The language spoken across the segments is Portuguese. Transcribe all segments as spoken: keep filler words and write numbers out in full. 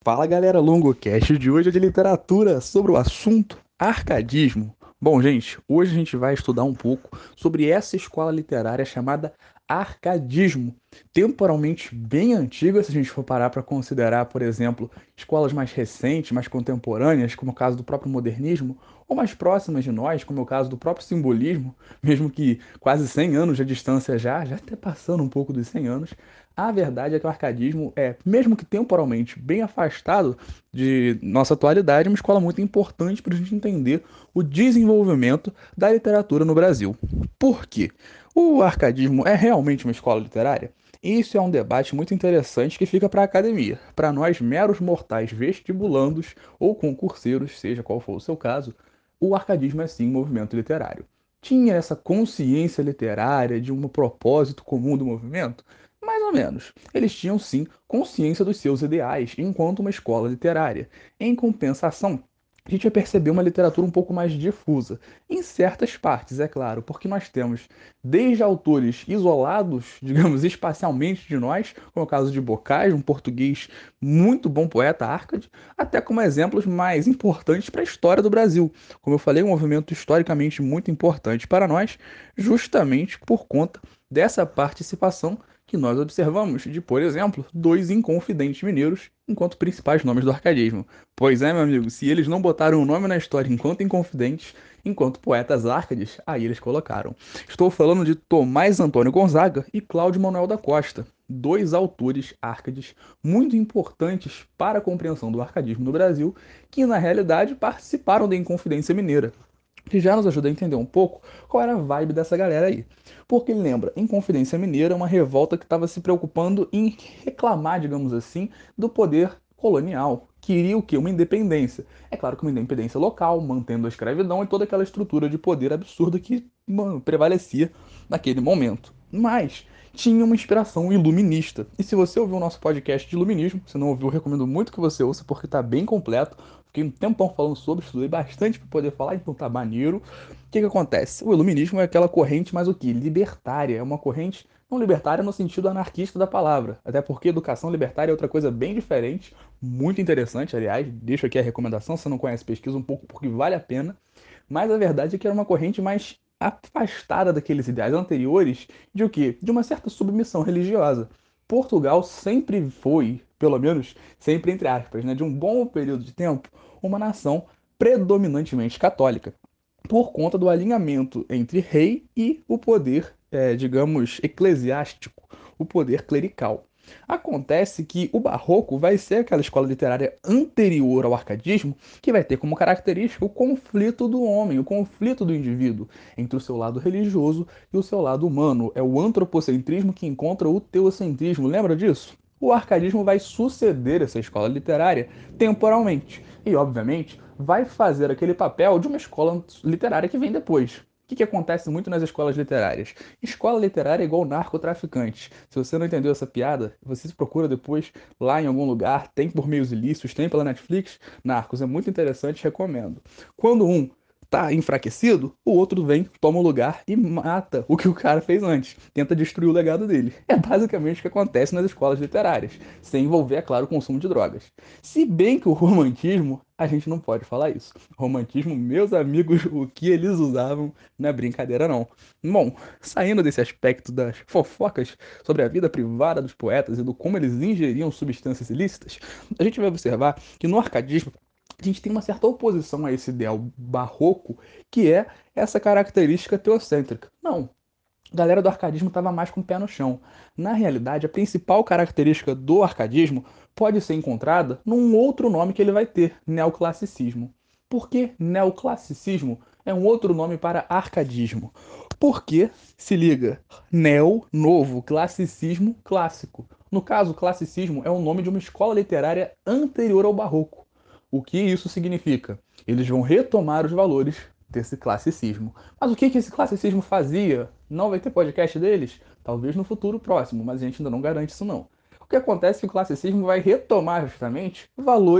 Fala galera, LongoCast de hoje é de literatura sobre o assunto arcadismo. Bom, gente, hoje a gente vai estudar um pouco sobre essa escola literária chamada arcadismo, temporalmente bem antiga, se a gente for parar para considerar, por exemplo, escolas mais recentes, mais contemporâneas, como o caso do próprio modernismo, ou mais próximas de nós, como é o caso do próprio simbolismo, mesmo que quase cem anos de distância já, já até passando um pouco dos cem anos. A verdade é que o arcadismo é, mesmo que temporalmente bem afastado de nossa atualidade, uma escola muito importante para a gente entender o desenvolvimento da literatura no Brasil. Por quê? O arcadismo é realmente uma escola literária? Isso é um debate muito interessante que fica para a academia. Para nós, meros mortais vestibulandos ou concurseiros, seja qual for o seu caso, o arcadismo é sim um movimento literário. Tinha essa consciência literária de um propósito comum do movimento? Mais ou menos. Eles tinham sim consciência dos seus ideais enquanto uma escola literária. Em compensação, a gente vai perceber uma literatura um pouco mais difusa, em certas partes, é claro, porque nós temos desde autores isolados, digamos, espacialmente de nós, como é o caso de Bocage, um português muito bom poeta, Arcade, até como exemplos mais importantes para a história do Brasil. Como eu falei, um movimento historicamente muito importante para nós, justamente por conta dessa participação que nós observamos de, por exemplo, dois inconfidentes mineiros enquanto principais nomes do arcadismo. Pois é, meu amigo, se eles não botaram o nome na história enquanto inconfidentes, enquanto poetas árcades, aí eles colocaram. Estou falando de Tomás Antônio Gonzaga e Cláudio Manuel da Costa, dois autores árcades muito importantes para a compreensão do arcadismo no Brasil, que na realidade participaram da Inconfidência Mineira, que já nos ajuda a entender um pouco qual era a vibe dessa galera aí. Porque lembra, em Confidência Mineira, uma revolta que estava se preocupando em reclamar, digamos assim, do poder colonial. Queria o quê? Uma independência. É claro que uma independência local, mantendo a escravidão e toda aquela estrutura de poder absurda que, mano, prevalecia naquele momento. Mas tinha uma inspiração iluminista. E se você ouviu o nosso podcast de iluminismo, se não ouviu, eu recomendo muito que você ouça, porque está bem completo. Fiquei um tempão falando sobre, estudei bastante para poder falar, então tá maneiro. O que que acontece? O iluminismo é aquela corrente mais o que? Libertária. É uma corrente não libertária no sentido anarquista da palavra. Até porque educação libertária é outra coisa bem diferente, muito interessante, aliás. Deixo aqui a recomendação, se você não conhece, pesquisa um pouco porque vale a pena. Mas a verdade é que era uma corrente mais afastada daqueles ideais anteriores de o quê? De uma certa submissão religiosa. Portugal sempre foi, pelo menos, sempre entre aspas, né, de um bom período de tempo, uma nação predominantemente católica, por conta do alinhamento entre rei e o poder, eh, digamos, eclesiástico, o poder clerical. Acontece que o barroco vai ser aquela escola literária anterior ao arcadismo que vai ter como característica o conflito do homem, o conflito do indivíduo entre o seu lado religioso e o seu lado humano. É o antropocentrismo que encontra o teocentrismo. Lembra disso? O arcadismo vai suceder essa escola literária temporalmente e, obviamente, vai fazer aquele papel de uma escola literária que vem depois. O que, que acontece muito nas escolas literárias? Escola literária é igual narcotraficante. Se você não entendeu essa piada, você se procura depois lá em algum lugar, tem por meios ilícitos, tem pela Netflix. Narcos é muito interessante, recomendo. Quando um tá enfraquecido, o outro vem, toma o lugar e mata o que o cara fez antes. Tenta destruir o legado dele. É basicamente o que acontece nas escolas literárias, sem envolver, é claro, o consumo de drogas. Se bem que o romantismo, a gente não pode falar isso. Romantismo, meus amigos, o que eles usavam não é brincadeira, não. Bom, saindo desse aspecto das fofocas sobre a vida privada dos poetas e do como eles ingeriam substâncias ilícitas, a gente vai observar que no arcadismo a gente tem uma certa oposição a esse ideal barroco, que é essa característica teocêntrica. Não, a galera do arcadismo estava mais com o pé no chão. Na realidade, a principal característica do arcadismo pode ser encontrada num outro nome que ele vai ter, neoclassicismo. Por que neoclassicismo é um outro nome para arcadismo? Porque, se liga, neo, novo, classicismo, clássico. No caso, classicismo é o nome de uma escola literária anterior ao barroco. O que isso significa? Eles vão retomar os valores desse classicismo. Mas o que que esse classicismo fazia? Não vai ter podcast deles? Talvez no futuro próximo, mas a gente ainda não garante isso não. O que acontece é que o classicismo vai retomar justamente valores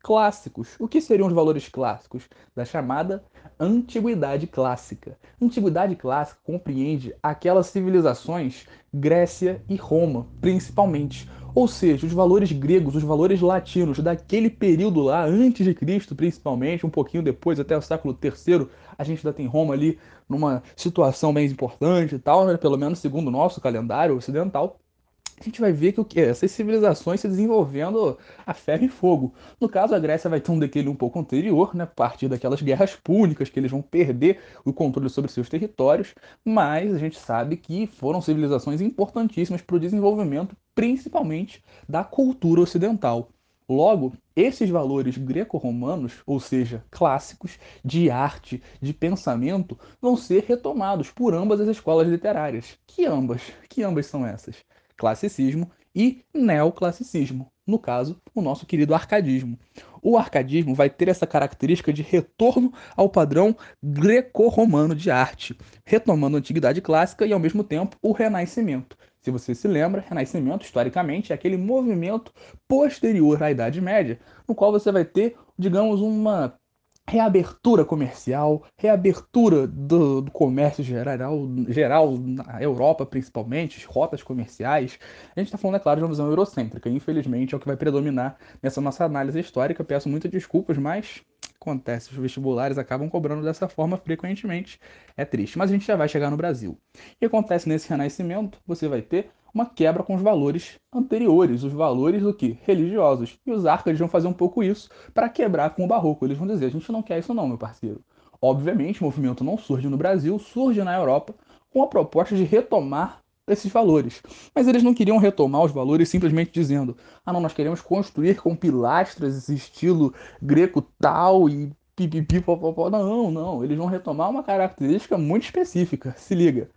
clássicos. O que seriam os valores clássicos? Da chamada Antiguidade Clássica. Antiguidade Clássica compreende aquelas civilizações, Grécia e Roma, principalmente. Ou seja, os valores gregos, os valores latinos daquele período lá, antes de Cristo, principalmente, um pouquinho depois, até o século terceiro, a gente ainda tem Roma ali numa situação bem importante e tal, né? Pelo menos segundo o nosso calendário ocidental. A gente vai ver que o que essas civilizações se desenvolvendo a ferro e fogo. No caso, a Grécia vai ter um declínio um pouco anterior, né, a partir daquelas guerras púnicas que eles vão perder o controle sobre seus territórios, mas a gente sabe que foram civilizações importantíssimas para o desenvolvimento, principalmente da cultura ocidental. Logo, esses valores greco-romanos, ou seja, clássicos, de arte, de pensamento, vão ser retomados por ambas as escolas literárias. Que ambas? Que ambas são essas? Classicismo e neoclassicismo, no caso, o nosso querido arcadismo. O arcadismo vai ter essa característica de retorno ao padrão greco-romano de arte, retomando a antiguidade clássica e, ao mesmo tempo, o renascimento. Se você se lembra, renascimento, historicamente, é aquele movimento posterior à Idade Média, no qual você vai ter, digamos, uma reabertura comercial, reabertura do, do comércio geral, geral na Europa principalmente, rotas comerciais. A gente está falando, é claro, de uma visão eurocêntrica, infelizmente é o que vai predominar nessa nossa análise histórica. Peço muitas desculpas, mas acontece, os vestibulares acabam cobrando dessa forma frequentemente. É triste, mas a gente já vai chegar no Brasil. O que acontece nesse renascimento? Você vai ter uma quebra com os valores anteriores, os valores do que? Religiosos. E os arcas vão fazer um pouco isso para quebrar com o barroco. Eles vão dizer, a gente não quer isso não, meu parceiro. Obviamente, o movimento não surge no Brasil, surge na Europa com a proposta de retomar esses valores. Mas eles não queriam retomar os valores simplesmente dizendo, ah não, nós queremos construir com pilastras esse estilo greco tal e pipipi, popopó. Não, não, eles vão retomar uma característica muito específica. Se liga,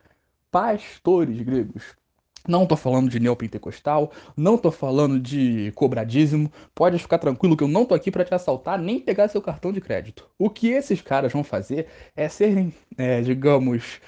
pastores gregos. Não tô falando de neopentecostal, não tô falando de cobradíssimo. Pode ficar tranquilo que eu não tô aqui para te assaltar nem pegar seu cartão de crédito. O que esses caras vão fazer é serem, é, digamos,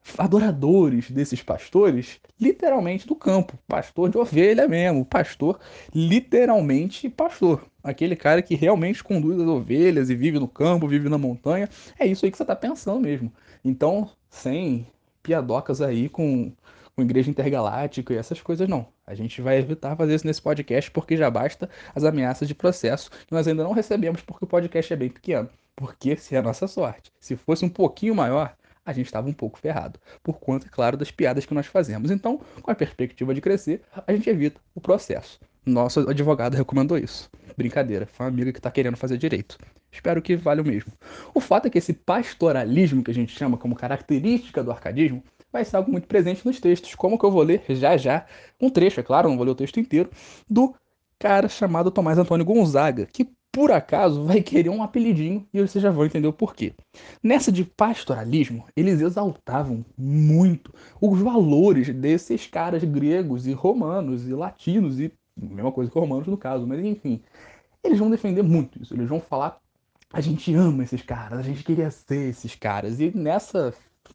adoradores desses pastores, literalmente do campo. Pastor de ovelha mesmo, pastor, literalmente pastor. Aquele cara que realmente conduz as ovelhas e vive no campo, vive na montanha. É isso aí que você tá pensando mesmo. Então, sem piadocas aí com com igreja intergaláctica e essas coisas, não. A gente vai evitar fazer isso nesse podcast porque já basta as ameaças de processo que nós ainda não recebemos porque o podcast é bem pequeno. Porque se é a nossa sorte. Se fosse um pouquinho maior, a gente estava um pouco ferrado. Por conta, é claro, das piadas que nós fazemos. Então, com a perspectiva de crescer, a gente evita o processo. Nosso advogado recomendou isso. Brincadeira, foi uma amiga que está querendo fazer direito. Espero que valha o mesmo. O fato é que esse pastoralismo que a gente chama como característica do arcadismo vai ser algo muito presente nos textos, como que eu vou ler já já um trecho, é claro, não vou ler o texto inteiro, do cara chamado Tomás Antônio Gonzaga, que por acaso vai querer um apelidinho e vocês já vão entender o porquê. Nessa de pastoralismo, eles exaltavam muito os valores desses caras gregos e romanos e latinos e mesma coisa que romanos no caso, mas enfim, eles vão defender muito isso, eles vão falar a gente ama esses caras, a gente queria ser esses caras. E nessa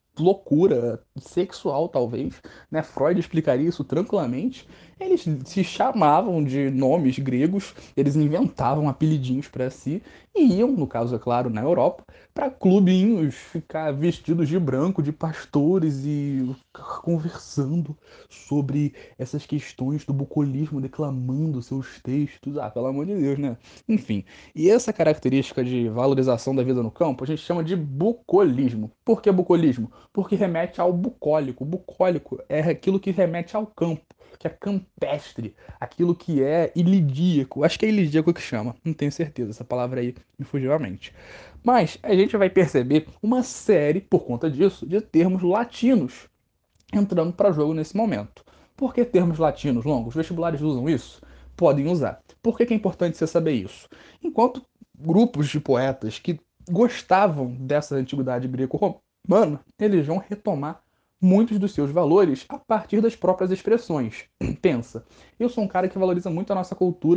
loucura sexual, talvez, né? Freud explicaria isso tranquilamente. Eles se chamavam de nomes gregos, eles inventavam apelidinhos para si e iam, no caso, é claro, na Europa, para clubinhos, ficar vestidos de branco, de pastores e conversando sobre essas questões do bucolismo, declamando seus textos. Ah, pelo amor de Deus, né? Enfim, e essa característica de valorização da vida no campo a gente chama de bucolismo. Por que bucolismo? Porque remete ao bucólico. O bucólico é aquilo que remete ao campo, que é campestre, aquilo que é ilidíaco. Acho que é ilidíaco que chama, não tenho certeza, essa palavra aí me fugiu à mente. Mas a gente vai perceber uma série, por conta disso, de termos latinos entrando para jogo nesse momento. Por que termos latinos longos? Os vestibulares usam isso? Podem usar. Por que que é importante você saber isso? Enquanto grupos de poetas que gostavam dessa antiguidade greco-romana, eles vão retomar muitos dos seus valores a partir das próprias expressões. Pensa, eu sou um cara que valoriza muito a nossa cultura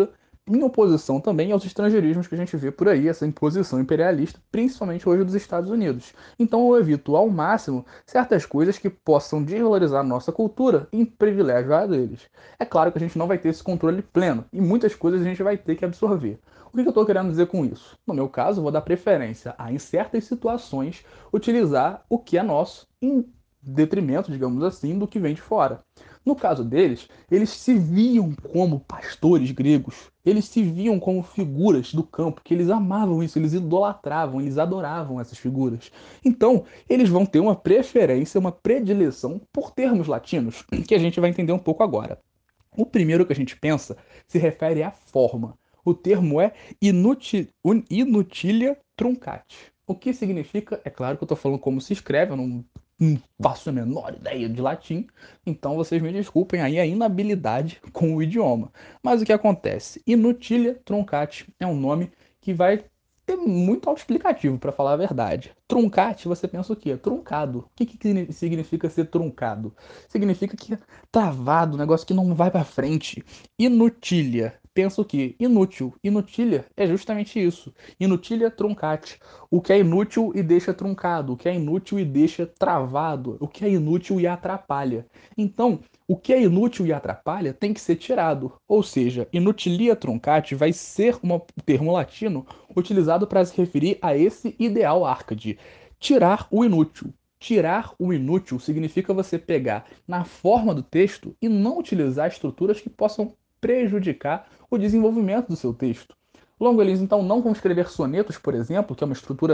em oposição também aos estrangeirismos que a gente vê por aí, essa imposição imperialista, principalmente hoje dos Estados Unidos. Então eu evito ao máximo certas coisas que possam desvalorizar a nossa cultura em privilégio a deles. É claro que a gente não vai ter esse controle pleno, e muitas coisas a gente vai ter que absorver. O que eu estou querendo dizer com isso? No meu caso, eu vou dar preferência a, em certas situações, utilizar o que é nosso, em detrimento, digamos assim, do que vem de fora. No caso deles, eles se viam como pastores gregos, eles se viam como figuras do campo, que eles amavam isso, eles idolatravam, eles adoravam essas figuras. Então, eles vão ter uma preferência, uma predileção por termos latinos, que a gente vai entender um pouco agora. O primeiro que a gente pensa se refere à forma. O termo é inuti, un, inutilia truncate. O que significa, é claro que eu estou falando como se escreve, eu não, não faço a menor ideia de latim, então vocês me desculpem aí a inabilidade com o idioma. Mas o que acontece? Inutilia truncate é um nome que vai ter muito autoexplicativo, para falar a verdade. Truncate, você pensa o quê? Truncado. O que, que significa ser truncado? Significa que é travado, um negócio que não vai para frente. Inutilia. Pensa o quê? Inútil. Inutilia é justamente isso. Inutilia truncate. O que é inútil e deixa truncado. O que é inútil e deixa travado. O que é inútil e atrapalha. Então, o que é inútil e atrapalha tem que ser tirado. Ou seja, inutilia truncate vai ser um termo latino utilizado para se referir a esse ideal arcade. Tirar o inútil. Tirar o inútil significa você pegar na forma do texto e não utilizar estruturas que possam prejudicar o desenvolvimento do seu texto. Logo, eles então não vão escrever sonetos, por exemplo, que é uma estrutura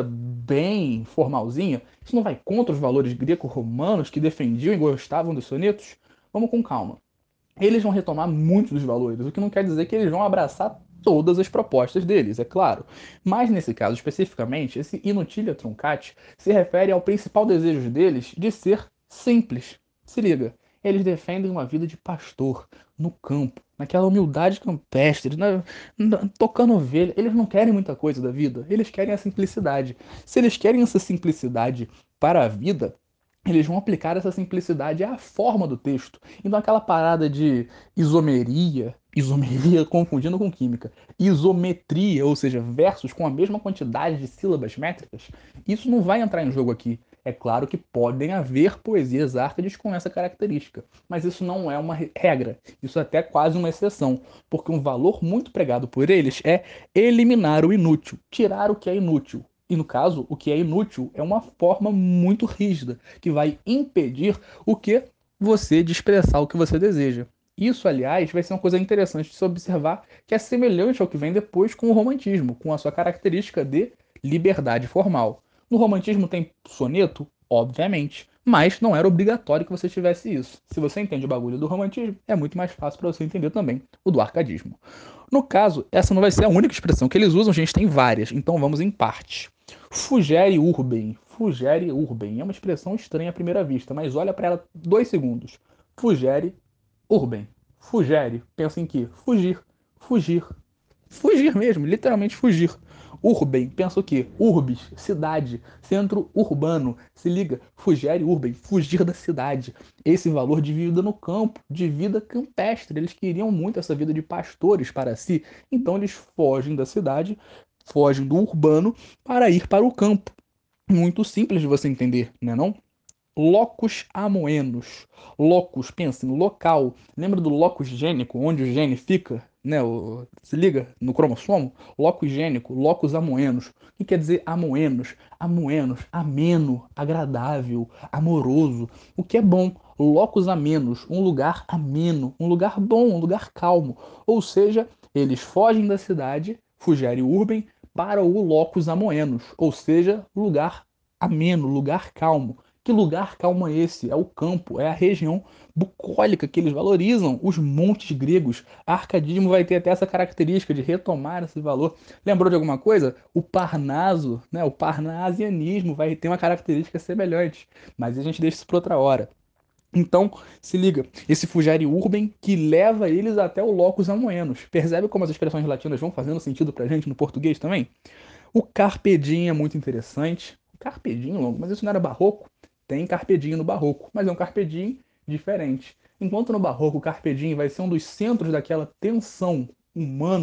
bem formalzinha. Isso não vai contra os valores greco-romanos que defendiam e gostavam dos sonetos? Vamos com calma. Eles vão retomar muitos dos valores, o que não quer dizer que eles vão abraçar todas as propostas deles, é claro. Mas nesse caso especificamente, esse Inutilia Truncati se refere ao principal desejo deles de ser simples. Se liga, eles defendem uma vida de pastor, no campo, naquela humildade campestre, na, na, tocando ovelha. Eles não querem muita coisa da vida, eles querem a simplicidade. Se eles querem essa simplicidade para a vida, eles vão aplicar essa simplicidade à forma do texto. Então aquela parada de isomeria, isomeria confundindo com química, isometria, ou seja, versos com a mesma quantidade de sílabas métricas, isso não vai entrar em jogo aqui. É claro que podem haver poesias árcades com essa característica, mas isso não é uma regra, isso é até quase uma exceção, porque um valor muito pregado por eles é eliminar o inútil, tirar o que é inútil. E no caso, o que é inútil é uma forma muito rígida, que vai impedir o que você de expressar o que você deseja. Isso, aliás, vai ser uma coisa interessante de se observar, que é semelhante ao que vem depois com o romantismo, com a sua característica de liberdade formal. No romantismo tem soneto? Obviamente. Mas não era obrigatório que você tivesse isso. Se você entende o bagulho do romantismo, é muito mais fácil para você entender também o do arcadismo. No caso, essa não vai ser a única expressão que eles usam, a gente tem várias, então vamos em parte. Fugere urbem. Fugere urbem. É uma expressão estranha à primeira vista, mas olha para ela dois segundos. Fugere urbem. Fugere. Pensa em quê? Fugir. Fugir. Fugir mesmo, literalmente fugir. Urbem, pensa o quê? Urbis, cidade, centro urbano. Se liga, fugere urbem, fugir da cidade. Esse valor de vida no campo, de vida campestre. Eles queriam muito essa vida de pastores para si, então eles fogem da cidade, fogem do urbano para ir para o campo. Muito simples de você entender, né não? Locus amoenos. Locus, pensa em local. Lembra do locus gênico, onde o gene fica? Né? O, se liga no cromossomo? Locus gênico, locus amoenos. O que quer dizer amoenos? Amoenos, ameno, agradável, amoroso. O que é bom? Locus amenos, um lugar ameno, um lugar bom, um lugar calmo. Ou seja, eles fogem da cidade, fugere urbem, para o locus amoenos, ou seja, lugar ameno, lugar calmo. Que lugar calmo é esse? É o campo, é a região bucólica que eles valorizam, os montes gregos. A arcadismo vai ter até essa característica de retomar esse valor. Lembrou de alguma coisa? O Parnaso, né? O parnasianismo vai ter uma característica semelhante, mas a gente deixa isso para outra hora. Então, se liga, esse fugere urbem que leva eles até o locus amoenos. Percebe como as expressões latinas vão fazendo sentido pra gente no português também? O carpe diem é muito interessante. Carpe diem, longo, mas isso não era barroco? Tem carpe diem no barroco, mas é um carpe diem diferente. Enquanto no barroco o carpe diem vai ser um dos centros daquela tensão humano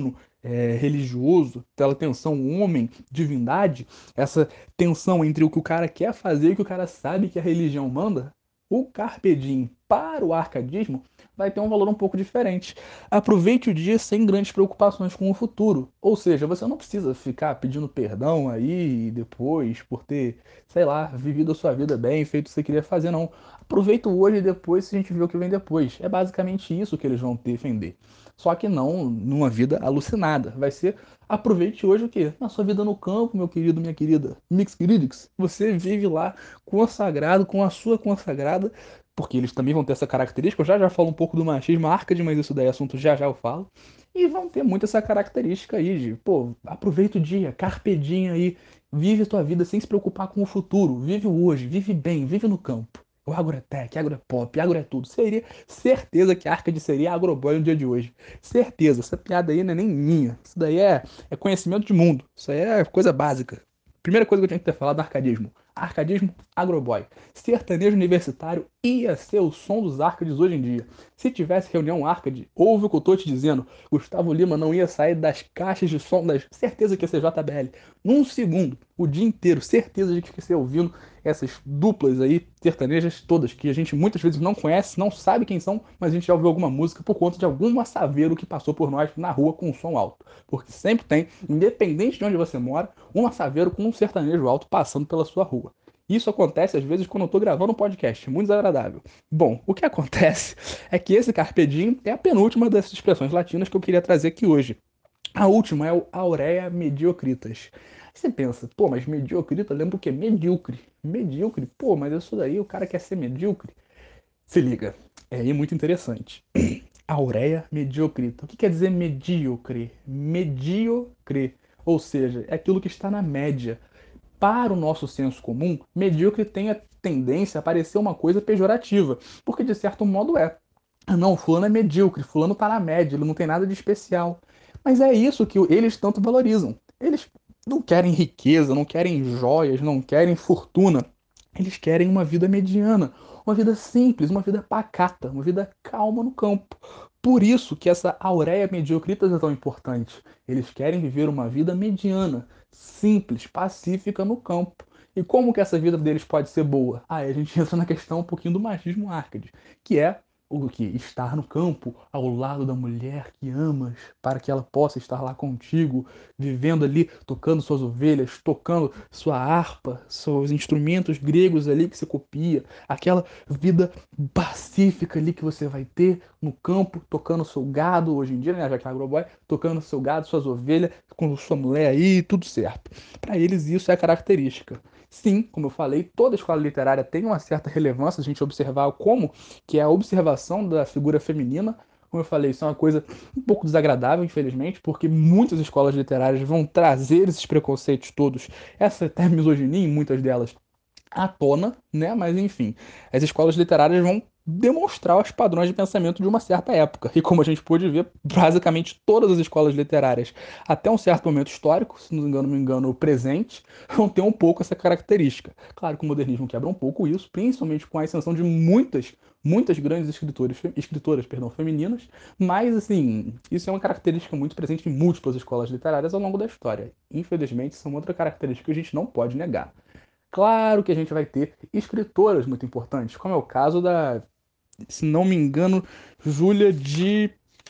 é, religioso, aquela tensão homem-divindade, essa tensão entre o que o cara quer fazer e o que o cara sabe que a religião manda, o Carpe Diem para o arcadismo vai ter um valor um pouco diferente. Aproveite o dia sem grandes preocupações com o futuro. Ou seja, você não precisa ficar pedindo perdão aí depois por ter, sei lá, vivido a sua vida bem, feito o que você queria fazer, não. Aproveita o hoje e depois se a gente vê o que vem depois. É basicamente isso que eles vão defender. Só que não numa vida alucinada. Vai ser aproveite hoje o quê? Na sua vida no campo, meu querido, minha querida. Mix queridix. Você vive lá consagrado, com a sua consagrada, porque eles também vão ter essa característica. Eu já já falo um pouco do machismo arcade, mas isso daí é assunto já já eu falo. E vão ter muito essa característica aí de, pô, aproveita o dia, carpe diem aí, vive a tua vida sem se preocupar com o futuro, vive o hoje, vive bem, vive no campo. O agro é tech, agro é pop, agro é tudo. Seria certeza que a Arcade seria agroboy no dia de hoje. Certeza, essa piada aí não é nem minha. Isso daí é, é conhecimento de mundo. Isso aí é coisa básica. Primeira coisa que eu tinha que ter falado do arcadismo. Arcadismo, agroboy. Sertanejo universitário ia ser o som dos arcades hoje em dia. Se tivesse reunião arcade, ouve o que eu tô te dizendo. Gustavo Lima não ia sair das caixas de som das. Certeza que ia ser J B L. Num segundo, o dia inteiro, certeza de que ia ser ouvindo essas duplas aí sertanejas todas, que a gente muitas vezes não conhece, não sabe quem são, mas a gente já ouviu alguma música por conta de algum assaveiro que passou por nós na rua com um som alto. Porque sempre tem, independente de onde você mora, um assaveiro com um sertanejo alto passando pela sua rua. Isso acontece às vezes quando eu tô gravando um podcast, muito desagradável. Bom, o que acontece é que esse Carpe Diem é a penúltima dessas expressões latinas que eu queria trazer aqui hoje. A última é o Aurea mediocritas. Você pensa, pô, mas mediocrita lembra o quê? Medíocre. Medíocre? Pô, mas isso daí o cara quer ser medíocre? Se liga, é aí muito interessante. Aurea mediocrita. O que quer dizer medíocre? Medíocre, ou seja, é aquilo que está na média. Para o nosso senso comum, medíocre tem a tendência a parecer uma coisa pejorativa, porque de certo modo é. Ah, não, fulano é medíocre, fulano tá na média, ele não tem nada de especial. Mas é isso que eles tanto valorizam. Eles não querem riqueza, não querem joias, não querem fortuna. Eles querem uma vida mediana, uma vida simples, uma vida pacata, uma vida calma no campo. Por isso que essa aureia mediocritas é tão importante. Eles querem viver uma vida mediana, simples, pacífica no campo. E como que essa vida deles pode ser boa? Aí a gente entra na questão um pouquinho do machismo arcade, que é o que? Estar no campo ao lado da mulher que amas, para que ela possa estar lá contigo, vivendo ali, tocando suas ovelhas, tocando sua harpa, seus instrumentos gregos ali que você copia, aquela vida pacífica ali que você vai ter no campo, tocando seu gado, hoje em dia, né, já que é agroboy, tocando seu gado, suas ovelhas, com sua mulher aí, tudo certo. Para eles isso é característica. Sim, como eu falei, toda escola literária tem uma certa relevância, a gente observar como que é a observação da figura feminina. Como eu falei, isso é uma coisa um pouco desagradável, infelizmente, porque muitas escolas literárias vão trazer esses preconceitos todos, essa até misoginia em muitas delas, à tona, né? Mas enfim, as escolas literárias vão demonstrar os padrões de pensamento de uma certa época. E como a gente pôde ver, basicamente todas as escolas literárias, até um certo momento histórico, se não me engano, me engano, o presente, vão ter um pouco essa característica. Claro que o modernismo quebra um pouco isso, principalmente com a ascensão de muitas, muitas grandes escritores, escritoras, perdão, femininas, mas assim, isso é uma característica muito presente em múltiplas escolas literárias ao longo da história. Infelizmente, isso é uma outra característica que a gente não pode negar. Claro que a gente vai ter escritoras muito importantes, como é o caso da, se não me engano, Júlia de,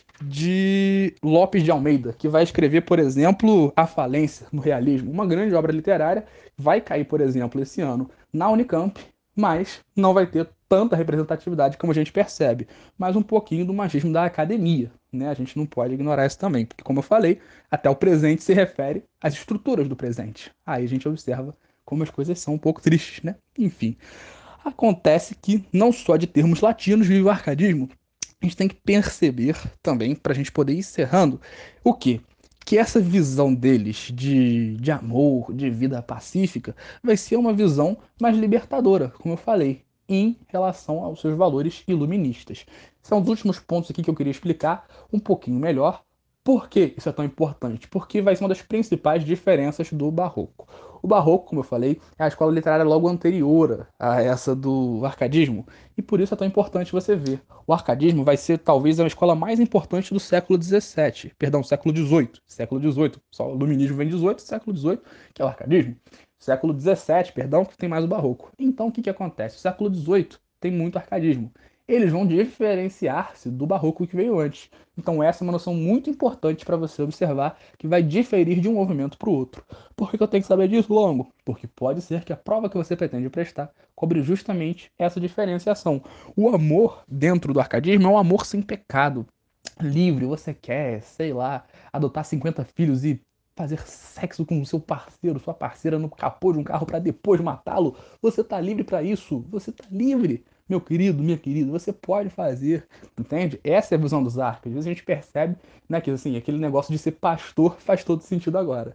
de Lopes de Almeida, que vai escrever, por exemplo, A Falência no Realismo, uma grande obra literária, vai cair, por exemplo, esse ano na Unicamp, mas não vai ter tanta representatividade como a gente percebe, mas um pouquinho do machismo da academia, né? A gente não pode ignorar isso também, porque como eu falei, até o presente se refere às estruturas do presente. Aí a gente observa como as coisas são um pouco tristes, né? Enfim, acontece que não só de termos latinos vive o arcadismo, a gente tem que perceber também, para a gente poder ir encerrando, o quê? Que essa visão deles de, de amor, de vida pacífica, vai ser uma visão mais libertadora, como eu falei, em relação aos seus valores iluministas. São os últimos pontos aqui que eu queria explicar um pouquinho melhor. Por que isso é tão importante? Porque vai ser uma das principais diferenças do barroco. O barroco, como eu falei, é a escola literária logo anterior a essa do arcadismo, e por isso é tão importante você ver. O arcadismo vai ser talvez a escola mais importante do século dezessete, perdão, século dezoito. Século dezoito, só o iluminismo vem dezoito, século dezoito, que é o arcadismo. Século dezessete, perdão, que tem mais o barroco. Então o que que acontece? O século dezoito tem muito arcadismo. Eles vão diferenciar-se do barroco que veio antes. Então essa é uma noção muito importante para você observar que vai diferir de um movimento para o outro. Por que que eu tenho que saber disso, Longo? Porque pode ser que a prova que você pretende prestar cobre justamente essa diferenciação. O amor dentro do arcadismo é um amor sem pecado, livre. Você quer, sei lá, adotar cinquenta filhos e fazer sexo com o seu parceiro, sua parceira no capô de um carro para depois matá-lo. Você tá livre para isso. Você tá livre. Meu querido, minha querida, você pode fazer, entende? Essa é a visão dos arcos. Às vezes a gente percebe, né, que assim, aquele negócio de ser pastor faz todo sentido agora.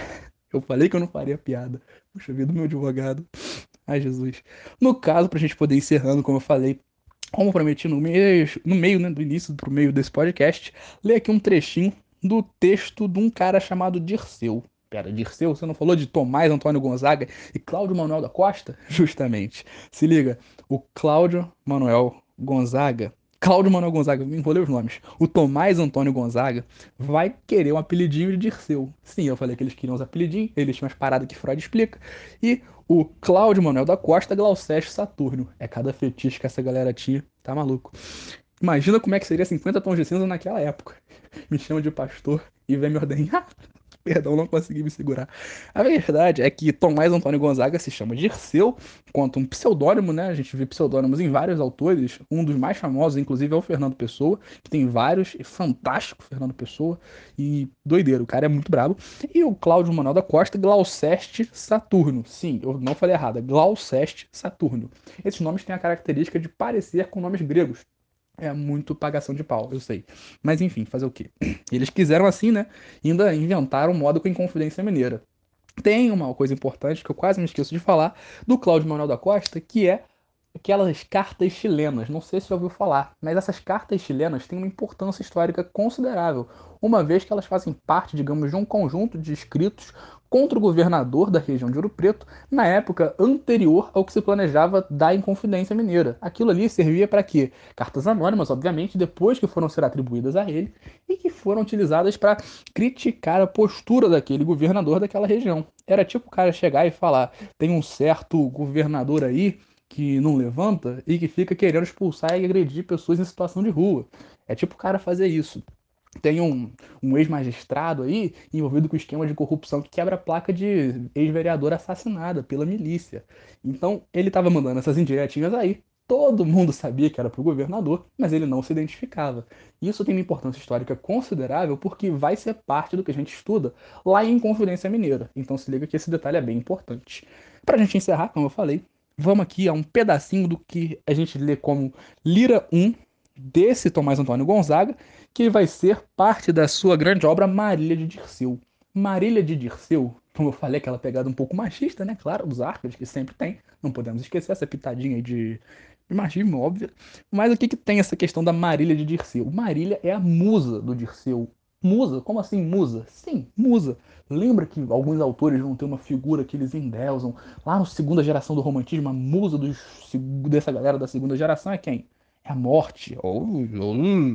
Eu falei que eu não faria piada. Puxa vida, meu advogado. Ai, Jesus. No caso, pra gente poder ir encerrando, como eu falei, como eu prometi no meio, no meio, né, do início pro meio desse podcast, ler aqui um trechinho do texto de um cara chamado Dirceu. Pera, Dirceu, você não falou de Tomás Antônio Gonzaga e Cláudio Manuel da Costa? Justamente. Se liga, o Cláudio Manuel Gonzaga, Cláudio Manuel Gonzaga, me enrolei os nomes. O Tomás Antônio Gonzaga vai querer um apelidinho de Dirceu. Sim, eu falei que eles queriam os apelidinhos, eles tinham umas paradas que Freud explica. E o Cláudio Manuel da Costa Glauceste Saturnio. É cada fetiche que essa galera tinha, tá maluco. Imagina como é que seria cinquenta tons de cinza naquela época. Me chama de pastor e vem me ordenhar. Perdão, não consegui me segurar. A verdade é que Tomás Antônio Gonzaga se chama Dirceu, quanto um pseudônimo, né? A gente vê pseudônimos em vários autores. Um dos mais famosos, inclusive, é o Fernando Pessoa, que tem vários, e fantástico Fernando Pessoa, e doideiro, o cara é muito brabo. E o Cláudio Manuel da Costa, Glauceste Saturno. Sim, eu não falei errado, é Glauceste Saturno. Esses nomes têm a característica de parecer com nomes gregos. É muito pagação de pau, eu sei. Mas enfim, fazer o quê? Eles quiseram assim, né? Ainda inventaram um modo com Inconfidência Mineira. Tem uma coisa importante que eu quase me esqueço de falar do Cláudio Manuel da Costa, que é aquelas cartas chilenas. Não sei se já ouviu falar, mas essas cartas chilenas têm uma importância histórica considerável, uma vez que elas fazem parte, digamos, de um conjunto de escritos contra o governador da região de Ouro Preto, na época anterior ao que se planejava da Inconfidência Mineira. Aquilo ali servia para quê? Cartas anônimas, obviamente, depois que foram ser atribuídas a ele, e que foram utilizadas para criticar a postura daquele governador daquela região. Era tipo o cara chegar e falar: tem um certo governador aí que não levanta e que fica querendo expulsar e agredir pessoas em situação de rua. É tipo o cara fazer isso. Tem um, um ex-magistrado aí envolvido com esquema de corrupção que quebra a placa de ex-vereadora assassinada pela milícia. Então ele estava mandando essas indiretinhas aí. Todo mundo sabia que era pro governador, mas ele não se identificava. Isso tem uma importância histórica considerável porque vai ser parte do que a gente estuda lá em Inconfidência Mineira. Então se liga que esse detalhe é bem importante. Pra gente encerrar, como eu falei, vamos aqui a um pedacinho do que a gente lê como Lira um desse Tomás Antônio Gonzaga, que vai ser parte da sua grande obra Marília de Dirceu. Marília de Dirceu, como eu falei, aquela pegada um pouco machista, né? Claro, dos arcos que sempre tem. Não podemos esquecer essa pitadinha aí de, de machismo, óbvio. Mas o que, que tem essa questão da Marília de Dirceu? Marília é a musa do Dirceu. Musa? Como assim musa? Sim, musa. Lembra que alguns autores vão ter uma figura que eles endeusam. Lá na segunda geração do romantismo, a musa dos, dessa galera da segunda geração é quem? É a morte. Ou, ou,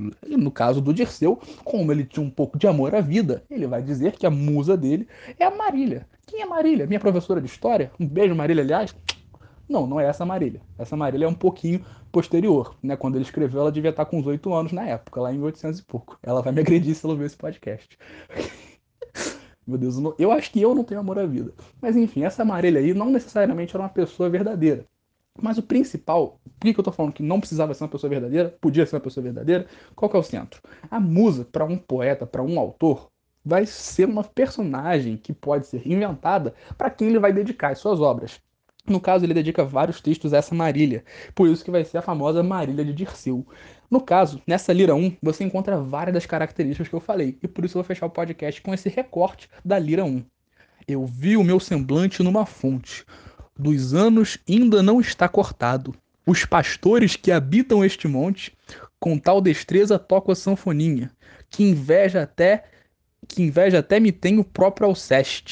no caso do Dirceu, como ele tinha um pouco de amor à vida, ele vai dizer que a musa dele é a Marília. Quem é Marília? Minha professora de história? Um beijo, Marília, aliás. Não, não é essa Marília. Essa Marília é um pouquinho posterior, né? Quando ele escreveu, ela devia estar com uns oito anos na época, lá em mil e oitocentos e pouco. Ela vai me agredir se ela ver esse podcast. Meu Deus, eu, não... eu acho que eu não tenho amor à vida. Mas enfim, essa Marília aí não necessariamente era uma pessoa verdadeira. Mas o principal, por que, que eu tô falando que não precisava ser uma pessoa verdadeira? Podia ser uma pessoa verdadeira? Qual que é o centro? A musa, para um poeta, para um autor, vai ser uma personagem que pode ser inventada para quem ele vai dedicar as suas obras. No caso, ele dedica vários textos a essa Marília, por isso que vai ser a famosa Marília de Dirceu. No caso, nessa Lira um, você encontra várias das características que eu falei, e por isso eu vou fechar o podcast com esse recorte da Lira um. Eu vi o meu semblante numa fonte. Dos anos ainda não está cortado. Os pastores que habitam este monte, com tal destreza tocam a sanfoninha, que inveja até que inveja até me tem o próprio Alceste.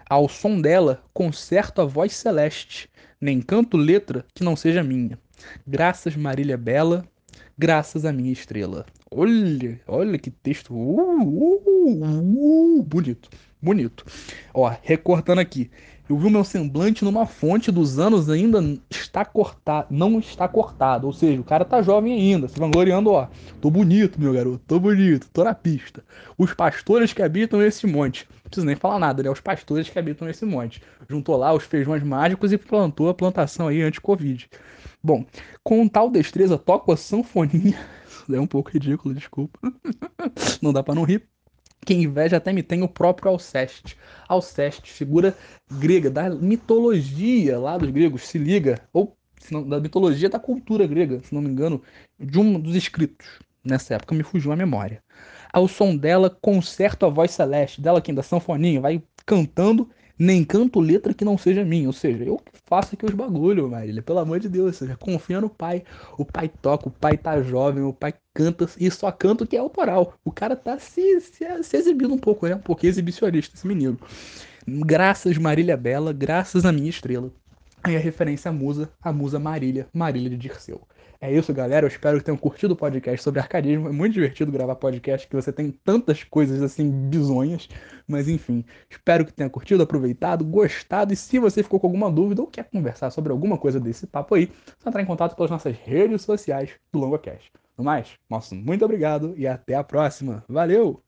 Ao som dela, concerto a voz celeste, nem canto letra que não seja minha. Graças Marília Bela, graças à minha estrela. Olha, olha que texto. Uh, uh, uh, bonito, bonito. Ó, recortando aqui. Eu vi o meu semblante numa fonte dos anos ainda está cortado, não está cortado. Ou seja, o cara tá jovem ainda, se vangloriando, ó. Tô bonito, meu garoto, tô bonito, tô na pista. Os pastores que habitam esse monte. Não preciso nem falar nada, né? Os pastores que habitam esse monte. Juntou lá os feijões mágicos e plantou a plantação aí anti-Covid. Bom, com tal destreza toco a sanfoninha. Isso é um pouco ridículo, desculpa. Não dá pra não rir. Que inveja até me tem o próprio Alceste. Alceste, figura grega, da mitologia lá dos gregos, se liga. Ou se não, da mitologia da cultura grega, se não me engano, de um dos escritos. Nessa época me fugiu a memória. Ao som dela, concerto a voz celeste, dela quem da sanfoninha, vai cantando, nem canto letra que não seja minha. Ou seja, eu que faço aqui os bagulho, Marília, pelo amor de Deus, você confia no pai. O pai toca, o pai tá jovem, o pai canta e só canta o que é autoral. O cara tá se, se, se exibindo um pouco, né? Um pouquinho exibicionista, esse menino. Graças Marília Bela, graças a minha estrela. Aí a referência à musa, a musa Marília, Marília de Dirceu. É isso, galera. Eu espero que tenham curtido o podcast sobre arcadismo. É muito divertido gravar podcast, que você tem tantas coisas assim bizonhas. Mas enfim, espero que tenha curtido, aproveitado, gostado. E se você ficou com alguma dúvida ou quer conversar sobre alguma coisa desse papo aí, é só entrar em contato pelas nossas redes sociais do LongoCast. No mais, nosso muito obrigado e até a próxima. Valeu!